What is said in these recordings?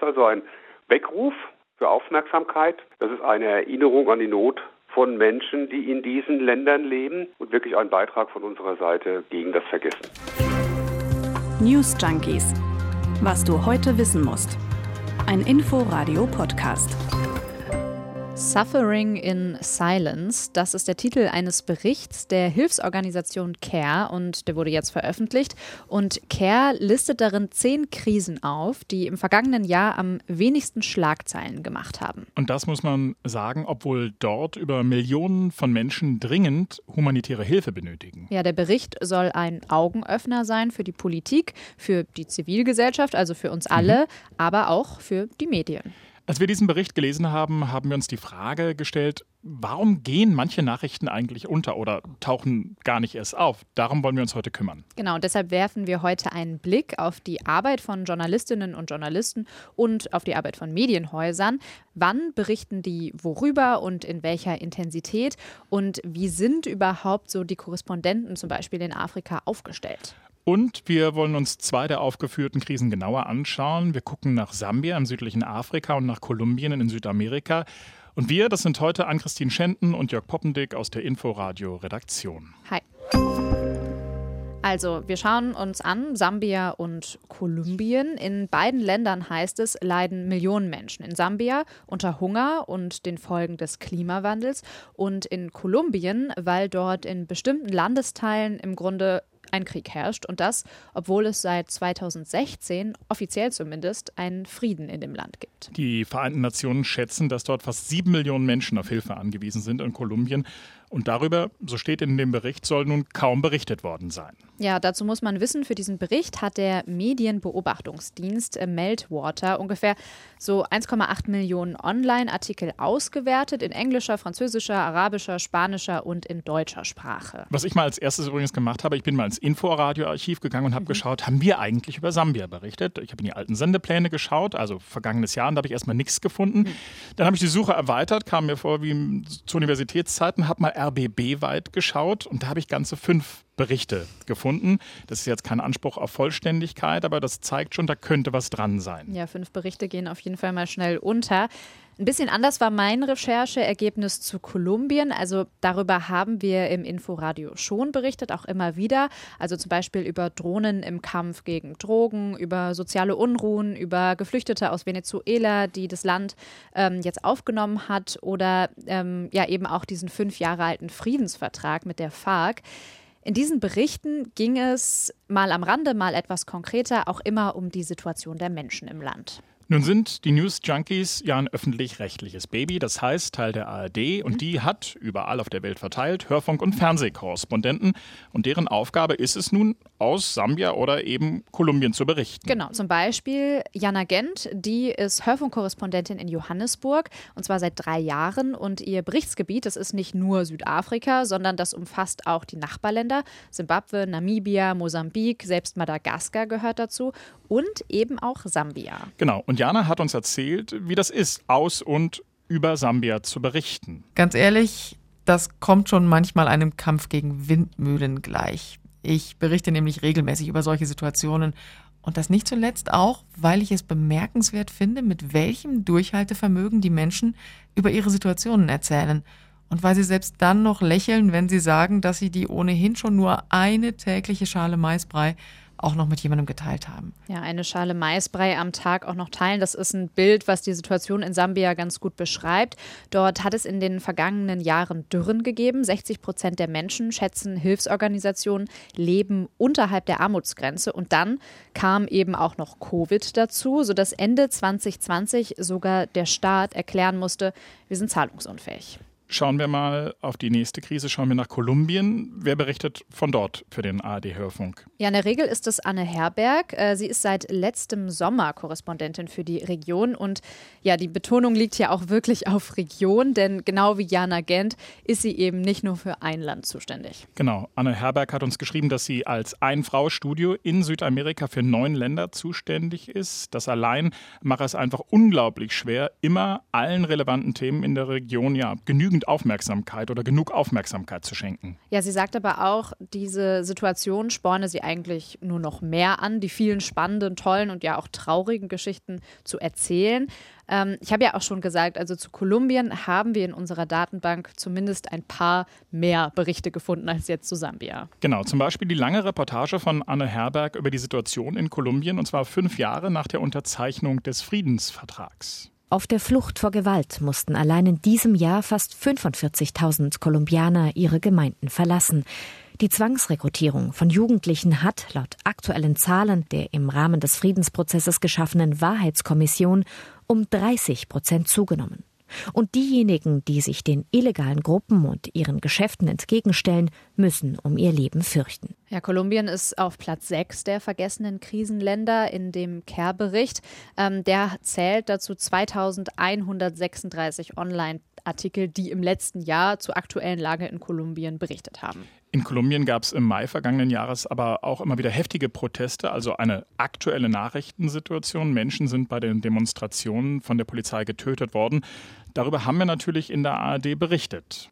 ist also ein Weckruf für Aufmerksamkeit. Das ist eine Erinnerung an die Not von Menschen, die in diesen Ländern leben und wirklich ein Beitrag von unserer Seite gegen das Vergessen. News Junkies. Was du heute wissen musst. Ein Info-Radio-Podcast. Suffering in Silence, das ist der Titel eines Berichts der Hilfsorganisation CARE und der wurde jetzt veröffentlicht. Und CARE listet darin 10 Krisen auf, die im vergangenen Jahr am wenigsten Schlagzeilen gemacht haben. Und das muss man sagen, obwohl dort über Millionen von Menschen dringend humanitäre Hilfe benötigen. Ja, der Bericht soll ein Augenöffner sein für die Politik, für die Zivilgesellschaft, also für uns alle, aber auch für die Medien. Als wir diesen Bericht gelesen haben, haben wir uns die Frage gestellt, warum gehen manche Nachrichten eigentlich unter oder tauchen gar nicht erst auf? Darum wollen wir uns heute kümmern. Genau, und deshalb werfen wir heute einen Blick auf die Arbeit von Journalistinnen und Journalisten und auf die Arbeit von Medienhäusern. Wann berichten die worüber und in welcher Intensität? Und wie sind überhaupt so die Korrespondenten zum Beispiel in Afrika aufgestellt? Und wir wollen uns 2 der aufgeführten Krisen genauer anschauen. Wir gucken nach Sambia im südlichen Afrika und nach Kolumbien in Südamerika. Und wir, das sind heute Ann-Christine Schenten und Jörg Poppendick aus der Info-Radio-Redaktion. Hi. Also, wir schauen uns an, Sambia und Kolumbien. In beiden Ländern heißt es, leiden Millionen Menschen. In Sambia unter Hunger und den Folgen des Klimawandels und in Kolumbien, weil dort in bestimmten Landesteilen im Grunde ein Krieg herrscht und das, obwohl es seit 2016, offiziell zumindest, einen Frieden in dem Land gibt. Die Vereinten Nationen schätzen, dass dort fast 7 Millionen Menschen auf Hilfe angewiesen sind in Kolumbien. Und darüber, so steht in dem Bericht, soll nun kaum berichtet worden sein. Ja, dazu muss man wissen, für diesen Bericht hat der Medienbeobachtungsdienst Meltwater ungefähr so 1,8 Millionen Online-Artikel ausgewertet in englischer, französischer, arabischer, spanischer und in deutscher Sprache. Was ich mal als erstes übrigens gemacht habe, ich bin mal ins Info-Radio-Archiv gegangen und habe geschaut, haben wir eigentlich über Sambia berichtet? Ich habe in die alten Sendepläne geschaut, also vergangenes Jahr, und da habe ich erstmal nichts gefunden. Dann habe ich die Suche erweitert, kam mir vor wie zu Universitätszeiten, habe mal RBB-weit geschaut und da habe ich ganze 5 Berichte gefunden. Das ist jetzt kein Anspruch auf Vollständigkeit, aber das zeigt schon, da könnte was dran sein. Ja, 5 Berichte gehen auf jeden Fall mal schnell unter. Ein bisschen anders war mein Rechercheergebnis zu Kolumbien. Also darüber haben wir im Inforadio schon berichtet, auch immer wieder. Also zum Beispiel über Drohnen im Kampf gegen Drogen, über soziale Unruhen, über Geflüchtete aus Venezuela, die das Land jetzt aufgenommen hat oder ja eben auch diesen 5 Jahre alten Friedensvertrag mit der FARC. In diesen Berichten ging es mal am Rande, mal etwas konkreter, auch immer um die Situation der Menschen im Land. Nun sind die News Junkies ja ein öffentlich-rechtliches Baby, das heißt Teil der ARD, und die hat überall auf der Welt verteilt Hörfunk- und Fernsehkorrespondenten und deren Aufgabe ist es nun, aus Sambia oder eben Kolumbien zu berichten. Genau, zum Beispiel Jana Gent, die ist Hörfunkkorrespondentin in Johannesburg und zwar seit 3 Jahren und ihr Berichtsgebiet, das ist nicht nur Südafrika, sondern das umfasst auch die Nachbarländer, Simbabwe, Namibia, Mosambik, selbst Madagaskar gehört dazu und eben auch Sambia. Genau, und Jana hat uns erzählt, wie das ist, aus und über Sambia zu berichten. Ganz ehrlich, das kommt schon manchmal einem Kampf gegen Windmühlen gleich. Ich berichte nämlich regelmäßig über solche Situationen und das nicht zuletzt auch, weil ich es bemerkenswert finde, mit welchem Durchhaltevermögen die Menschen über ihre Situationen erzählen und weil sie selbst dann noch lächeln, wenn sie sagen, dass sie die ohnehin schon nur eine tägliche Schale Maisbrei auch noch mit jemandem geteilt haben. Ja, eine Schale Maisbrei am Tag auch noch teilen, das ist ein Bild, was die Situation in Sambia ganz gut beschreibt. Dort hat es in den vergangenen Jahren Dürren gegeben. 60% der Menschen, schätzen Hilfsorganisationen, leben unterhalb der Armutsgrenze. Und dann kam eben auch noch Covid dazu, sodass Ende 2020 sogar der Staat erklären musste, wir sind zahlungsunfähig. Schauen wir mal auf die nächste Krise, schauen wir nach Kolumbien. Wer berichtet von dort für den ARD-Hörfunk? Ja, in der Regel ist es Anne Herberg. Sie ist seit letztem Sommer Korrespondentin für die Region und ja, die Betonung liegt hier auch wirklich auf Region, denn genau wie Jana Gent ist sie eben nicht nur für ein Land zuständig. Genau, Anne Herberg hat uns geschrieben, dass sie als Ein-Frau-Studio in Südamerika für 9 Länder zuständig ist. Das allein mache es einfach unglaublich schwer, immer allen relevanten Themen in der Region genügend genügend Aufmerksamkeit oder genug Aufmerksamkeit zu schenken. Ja, sie sagt aber auch, diese Situation sporne sie eigentlich nur noch mehr an, die vielen spannenden, tollen und ja auch traurigen Geschichten zu erzählen. Ich habe ja auch schon gesagt, also zu Kolumbien haben wir in unserer Datenbank zumindest ein paar mehr Berichte gefunden als jetzt zu Sambia. Genau, zum Beispiel die lange Reportage von Anne Herberg über die Situation in Kolumbien, und zwar 5 Jahre nach der Unterzeichnung des Friedensvertrags. Auf der Flucht vor Gewalt mussten allein in diesem Jahr fast 45.000 Kolumbianer ihre Gemeinden verlassen. Die Zwangsrekrutierung von Jugendlichen hat laut aktuellen Zahlen der im Rahmen des Friedensprozesses geschaffenen Wahrheitskommission um 30% zugenommen. Und diejenigen, die sich den illegalen Gruppen und ihren Geschäften entgegenstellen, müssen um ihr Leben fürchten. Ja, Kolumbien ist auf Platz 6 der vergessenen Krisenländer in dem CARE-Bericht. Der zählt dazu 2136 Online-Artikel, die im letzten Jahr zur aktuellen Lage in Kolumbien berichtet haben. In Kolumbien gab es im Mai vergangenen Jahres aber auch immer wieder heftige Proteste, also eine aktuelle Nachrichtensituation. Menschen sind bei den Demonstrationen von der Polizei getötet worden. Darüber haben wir natürlich in der ARD berichtet.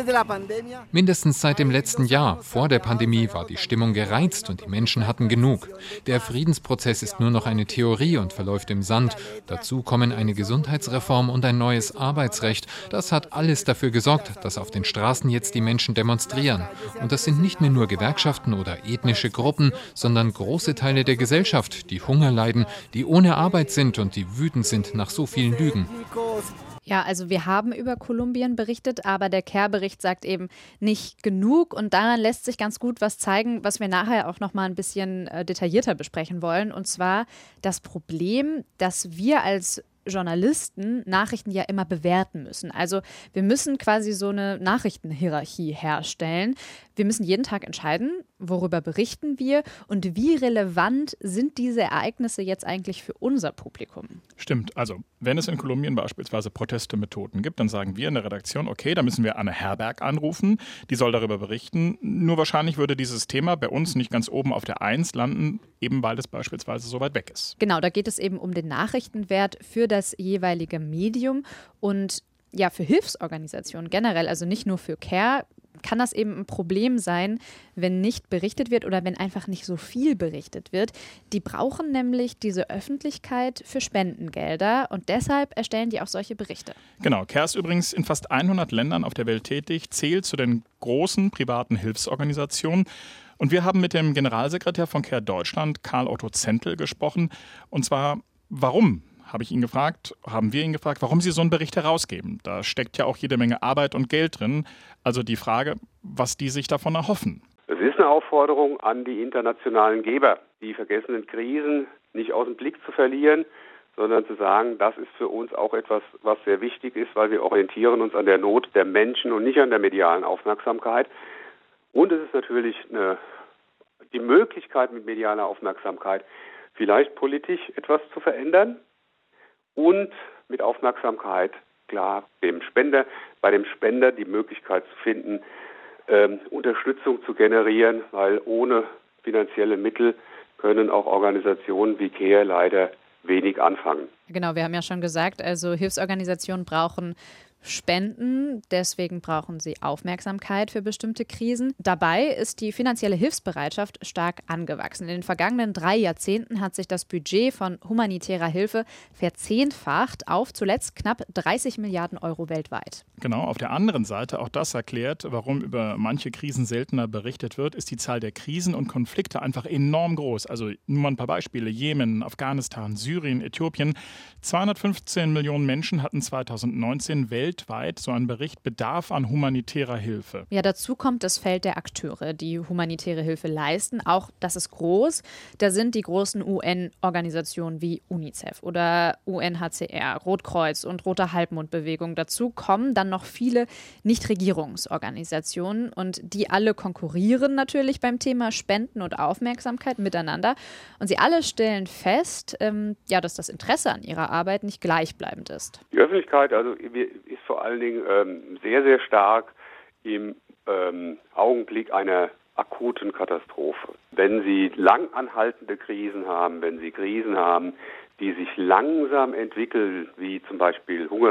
Mindestens seit dem letzten Jahr, vor der Pandemie, war die Stimmung gereizt und die Menschen hatten genug. Der Friedensprozess ist nur noch eine Theorie und verläuft im Sand. Dazu kommen eine Gesundheitsreform und ein neues Arbeitsrecht. Das hat alles dafür gesorgt, dass auf den Straßen jetzt die Menschen demonstrieren. Und das sind nicht mehr nur Gewerkschaften oder ethnische Gruppen, sondern große Teile der Gesellschaft, die Hunger leiden, die ohne Arbeit sind und die wütend sind nach so vielen Lügen. Ja, also wir haben über Kolumbien berichtet, aber der CARE-Bericht sagt eben nicht genug und daran lässt sich ganz gut was zeigen, was wir nachher auch noch mal ein bisschen detaillierter besprechen wollen, und zwar das Problem, dass wir als Journalisten Nachrichten ja immer bewerten müssen. Also wir müssen quasi so eine Nachrichtenhierarchie herstellen. Wir müssen jeden Tag entscheiden, worüber berichten wir und wie relevant sind diese Ereignisse jetzt eigentlich für unser Publikum. Stimmt, also wenn es in Kolumbien beispielsweise Proteste mit Toten gibt, dann sagen wir in der Redaktion, okay, da müssen wir Anne Herberg anrufen, die soll darüber berichten. Nur wahrscheinlich würde dieses Thema bei uns nicht ganz oben auf der 1 landen, eben weil es beispielsweise so weit weg ist. Genau, da geht es eben um den Nachrichtenwert für das jeweilige Medium und ja, für Hilfsorganisationen generell, also nicht nur für CARE, kann das eben ein Problem sein, wenn nicht berichtet wird oder wenn einfach nicht so viel berichtet wird. Die brauchen nämlich diese Öffentlichkeit für Spendengelder und deshalb erstellen die auch solche Berichte. Genau, CARE ist übrigens in fast 100 Ländern auf der Welt tätig, zählt zu den großen privaten Hilfsorganisationen. Und wir haben mit dem Generalsekretär von CARE Deutschland, Karl Otto Zentl, gesprochen. Und zwar, warum? Haben wir ihn gefragt, warum Sie so einen Bericht herausgeben. Da steckt ja auch jede Menge Arbeit und Geld drin. Also die Frage, was die sich davon erhoffen. Es ist eine Aufforderung an die internationalen Geber, die vergessenen Krisen nicht aus dem Blick zu verlieren, sondern zu sagen, das ist für uns auch etwas, was sehr wichtig ist, weil wir orientieren uns an der Not der Menschen und nicht an der medialen Aufmerksamkeit. Und es ist natürlich die Möglichkeit, mit medialer Aufmerksamkeit vielleicht politisch etwas zu verändern. Und mit Aufmerksamkeit, klar, bei dem Spender die Möglichkeit zu finden, Unterstützung zu generieren, weil ohne finanzielle Mittel können auch Organisationen wie CARE leider wenig anfangen. Genau, wir haben ja schon gesagt, also Hilfsorganisationen brauchen Spenden, deswegen brauchen sie Aufmerksamkeit für bestimmte Krisen. Dabei ist die finanzielle Hilfsbereitschaft stark angewachsen. In den vergangenen 3 Jahrzehnten hat sich das Budget von humanitärer Hilfe verzehnfacht auf zuletzt knapp 30 Milliarden Euro weltweit. Genau, auf der anderen Seite, auch das erklärt, warum über manche Krisen seltener berichtet wird, ist die Zahl der Krisen und Konflikte einfach enorm groß. Also nur mal ein paar Beispiele: Jemen, Afghanistan, Syrien, Äthiopien. 215 Millionen Menschen hatten 2019 weltweit, so ein Bericht, Bedarf an humanitärer Hilfe. Ja, dazu kommt das Feld der Akteure, die humanitäre Hilfe leisten. Auch das ist groß. Da sind die großen UN-Organisationen wie UNICEF oder UNHCR, Rotkreuz und Rote Halbmondbewegung. Dazu kommen dann noch viele Nichtregierungsorganisationen und die alle konkurrieren natürlich beim Thema Spenden und Aufmerksamkeit miteinander. Und sie alle stellen fest, dass das Interesse an ihrer Arbeit nicht gleichbleibend ist. Die Öffentlichkeit ist vor allen Dingen sehr, sehr stark im Augenblick einer akuten Katastrophe. Wenn Sie lang anhaltende Krisen haben, wenn Sie Krisen haben, die sich langsam entwickeln, wie zum Beispiel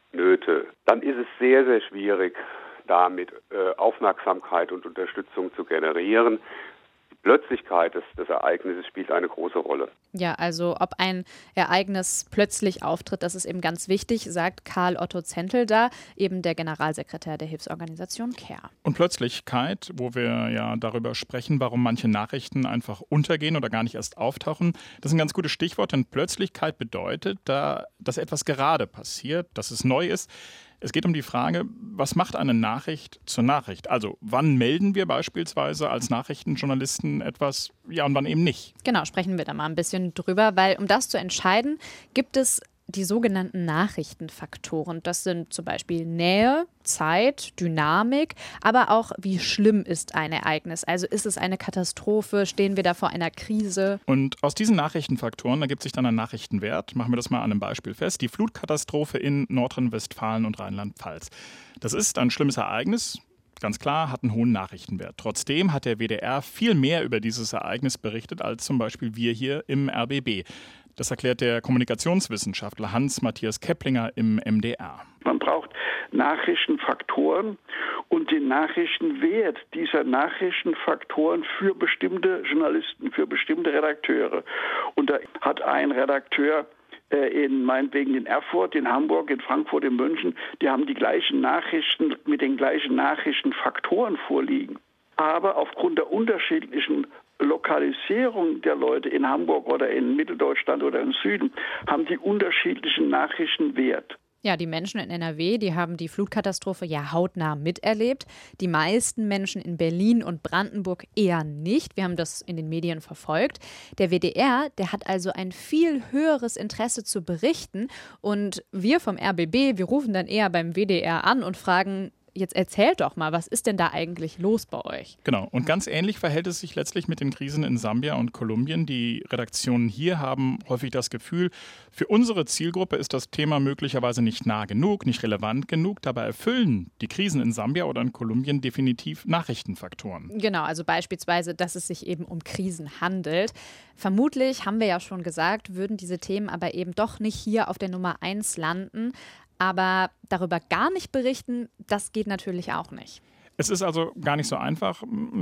Nöte, dann ist es sehr, sehr schwierig, damit Aufmerksamkeit und Unterstützung zu generieren. Die Plötzlichkeit des Ereignisses spielt eine große Rolle. Ja, also ob ein Ereignis plötzlich auftritt, das ist eben ganz wichtig, sagt Karl Otto Zentl da, eben der Generalsekretär der Hilfsorganisation CARE. Und Plötzlichkeit, wo wir ja darüber sprechen, warum manche Nachrichten einfach untergehen oder gar nicht erst auftauchen, das ist ein ganz gutes Stichwort, denn Plötzlichkeit bedeutet, dass etwas gerade passiert, dass es neu ist. Es geht um die Frage, was macht eine Nachricht zur Nachricht? Also wann melden wir beispielsweise als Nachrichtenjournalisten etwas, ja, und wann eben nicht? Genau, sprechen wir da mal ein bisschen drüber, weil um das zu entscheiden, gibt es die sogenannten Nachrichtenfaktoren. Das sind zum Beispiel Nähe, Zeit, Dynamik, aber auch wie schlimm ist ein Ereignis. Also ist es eine Katastrophe, stehen wir da vor einer Krise? Und aus diesen Nachrichtenfaktoren ergibt sich dann ein Nachrichtenwert. Machen wir das mal an einem Beispiel fest. Die Flutkatastrophe in Nordrhein-Westfalen und Rheinland-Pfalz. Das ist ein schlimmes Ereignis. Ganz klar, hat einen hohen Nachrichtenwert. Trotzdem hat der WDR viel mehr über dieses Ereignis berichtet als zum Beispiel wir hier im RBB. Das erklärt der Kommunikationswissenschaftler Hans-Matthias Keplinger im MDR. Man braucht Nachrichtenfaktoren und den Nachrichtenwert dieser Nachrichtenfaktoren für bestimmte Journalisten, für bestimmte Redakteure. Und da hat ein Redakteur meinetwegen in Erfurt, in Hamburg, in Frankfurt, in München, die haben die gleichen Nachrichten mit den gleichen Nachrichtenfaktoren vorliegen. Aber aufgrund der unterschiedlichen Lokalisierung der Leute in Hamburg oder in Mitteldeutschland oder im Süden haben die unterschiedlichen Nachrichtenwert. Ja, die Menschen in NRW, die haben die Flutkatastrophe ja hautnah miterlebt. Die meisten Menschen in Berlin und Brandenburg eher nicht. Wir haben das in den Medien verfolgt. Der WDR, der hat also ein viel höheres Interesse zu berichten. Und wir vom RBB, wir rufen dann eher beim WDR an und fragen, jetzt erzählt doch mal, was ist denn da eigentlich los bei euch? Genau, und ganz ähnlich verhält es sich letztlich mit den Krisen in Sambia und Kolumbien. Die Redaktionen hier haben häufig das Gefühl, für unsere Zielgruppe ist das Thema möglicherweise nicht nah genug, nicht relevant genug. Dabei erfüllen die Krisen in Sambia oder in Kolumbien definitiv Nachrichtenfaktoren. Genau, also beispielsweise, dass es sich eben um Krisen handelt. Vermutlich, haben wir ja schon gesagt, würden diese Themen aber eben doch nicht hier auf der Nummer 1 landen. Aber darüber gar nicht berichten, das geht natürlich auch nicht. Es ist also gar nicht so einfach,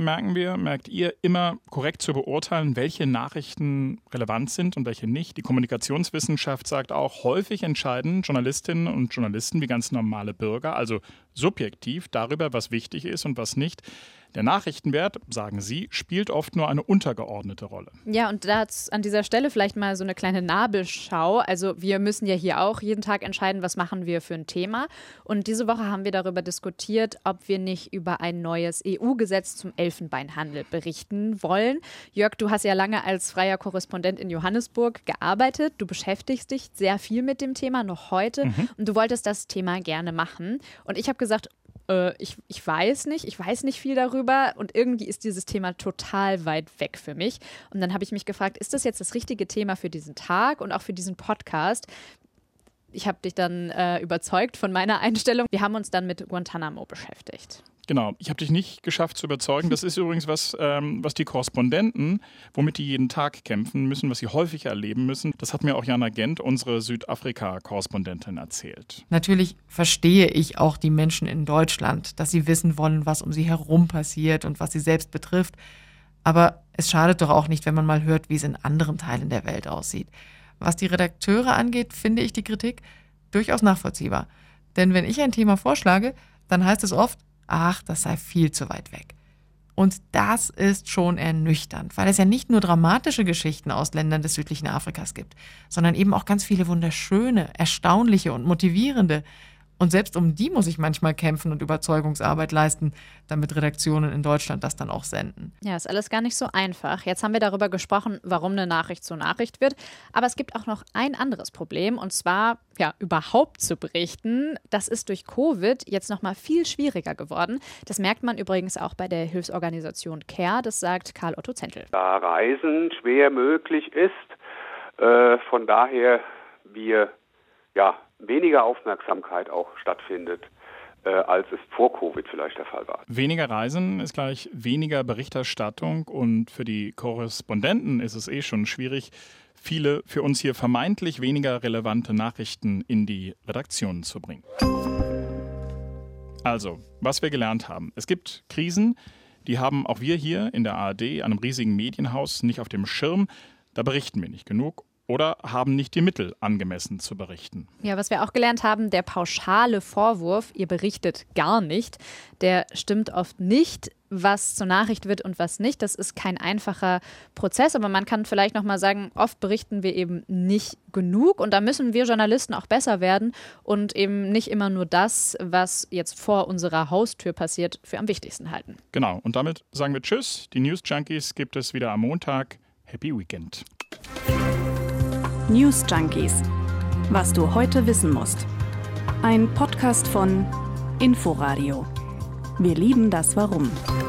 merkt ihr, immer korrekt zu beurteilen, welche Nachrichten relevant sind und welche nicht. Die Kommunikationswissenschaft sagt auch, häufig entscheiden Journalistinnen und Journalisten wie ganz normale Bürger, also subjektiv darüber, was wichtig ist und was nicht. Der Nachrichtenwert, sagen Sie, spielt oft nur eine untergeordnete Rolle. Ja, und da an dieser Stelle vielleicht mal so eine kleine Nabelschau. Also wir müssen ja hier auch jeden Tag entscheiden, was machen wir für ein Thema. Und diese Woche haben wir darüber diskutiert, ob wir nicht über ein neues EU-Gesetz zum Elfenbeinhandel berichten wollen. Jörg, du hast ja lange als freier Korrespondent in Johannesburg gearbeitet. Du beschäftigst dich sehr viel mit dem Thema noch heute und du wolltest das Thema gerne machen. Und ich habe gesagt, ich weiß nicht viel darüber und irgendwie ist dieses Thema total weit weg für mich. Und dann habe ich mich gefragt, ist das jetzt das richtige Thema für diesen Tag und auch für diesen Podcast? Ich habe dich dann überzeugt von meiner Einstellung. Wir haben uns dann mit Guantanamo beschäftigt. Genau, ich habe dich nicht geschafft zu überzeugen. Das ist übrigens was die Korrespondenten, womit die jeden Tag kämpfen müssen, was sie häufig erleben müssen. Das hat mir auch Jana Gent, unsere Südafrika-Korrespondentin, erzählt. Natürlich verstehe ich auch die Menschen in Deutschland, dass sie wissen wollen, was um sie herum passiert und was sie selbst betrifft. Aber es schadet doch auch nicht, wenn man mal hört, wie es in anderen Teilen der Welt aussieht. Was die Redakteure angeht, finde ich die Kritik durchaus nachvollziehbar. Denn wenn ich ein Thema vorschlage, dann heißt es oft, ach, das sei viel zu weit weg. Und das ist schon ernüchternd, weil es ja nicht nur dramatische Geschichten aus Ländern des südlichen Afrikas gibt, sondern eben auch ganz viele wunderschöne, erstaunliche und motivierende. Und selbst um die muss ich manchmal kämpfen und Überzeugungsarbeit leisten, damit Redaktionen in Deutschland das dann auch senden. Ja, ist alles gar nicht so einfach. Jetzt haben wir darüber gesprochen, warum eine Nachricht zur Nachricht wird. Aber es gibt auch noch ein anderes Problem, und zwar, ja, überhaupt zu berichten. Das ist durch Covid jetzt noch mal viel schwieriger geworden. Das merkt man übrigens auch bei der Hilfsorganisation CARE. Das sagt Karl Otto Zentl. Da Reisen schwer möglich ist, von daher weniger Aufmerksamkeit auch stattfindet, als es vor Covid vielleicht der Fall war. Weniger Reisen ist gleich weniger Berichterstattung und für die Korrespondenten ist es schon schwierig, viele für uns hier vermeintlich weniger relevante Nachrichten in die Redaktionen zu bringen. Also, was wir gelernt haben. Es gibt Krisen, die haben auch wir hier in der ARD, einem riesigen Medienhaus, nicht auf dem Schirm. Da berichten wir nicht genug oder haben nicht die Mittel, angemessen zu berichten. Ja, was wir auch gelernt haben, der pauschale Vorwurf, ihr berichtet gar nicht, der stimmt oft nicht, was zur Nachricht wird und was nicht. Das ist kein einfacher Prozess, aber man kann vielleicht nochmal sagen, oft berichten wir eben nicht genug und da müssen wir Journalisten auch besser werden und eben nicht immer nur das, was jetzt vor unserer Haustür passiert, für am wichtigsten halten. Genau, und damit sagen wir Tschüss. Die News Junkies gibt es wieder am Montag. Happy Weekend. News Junkies. Was du heute wissen musst. Ein Podcast von Inforadio. Wir lieben das Warum.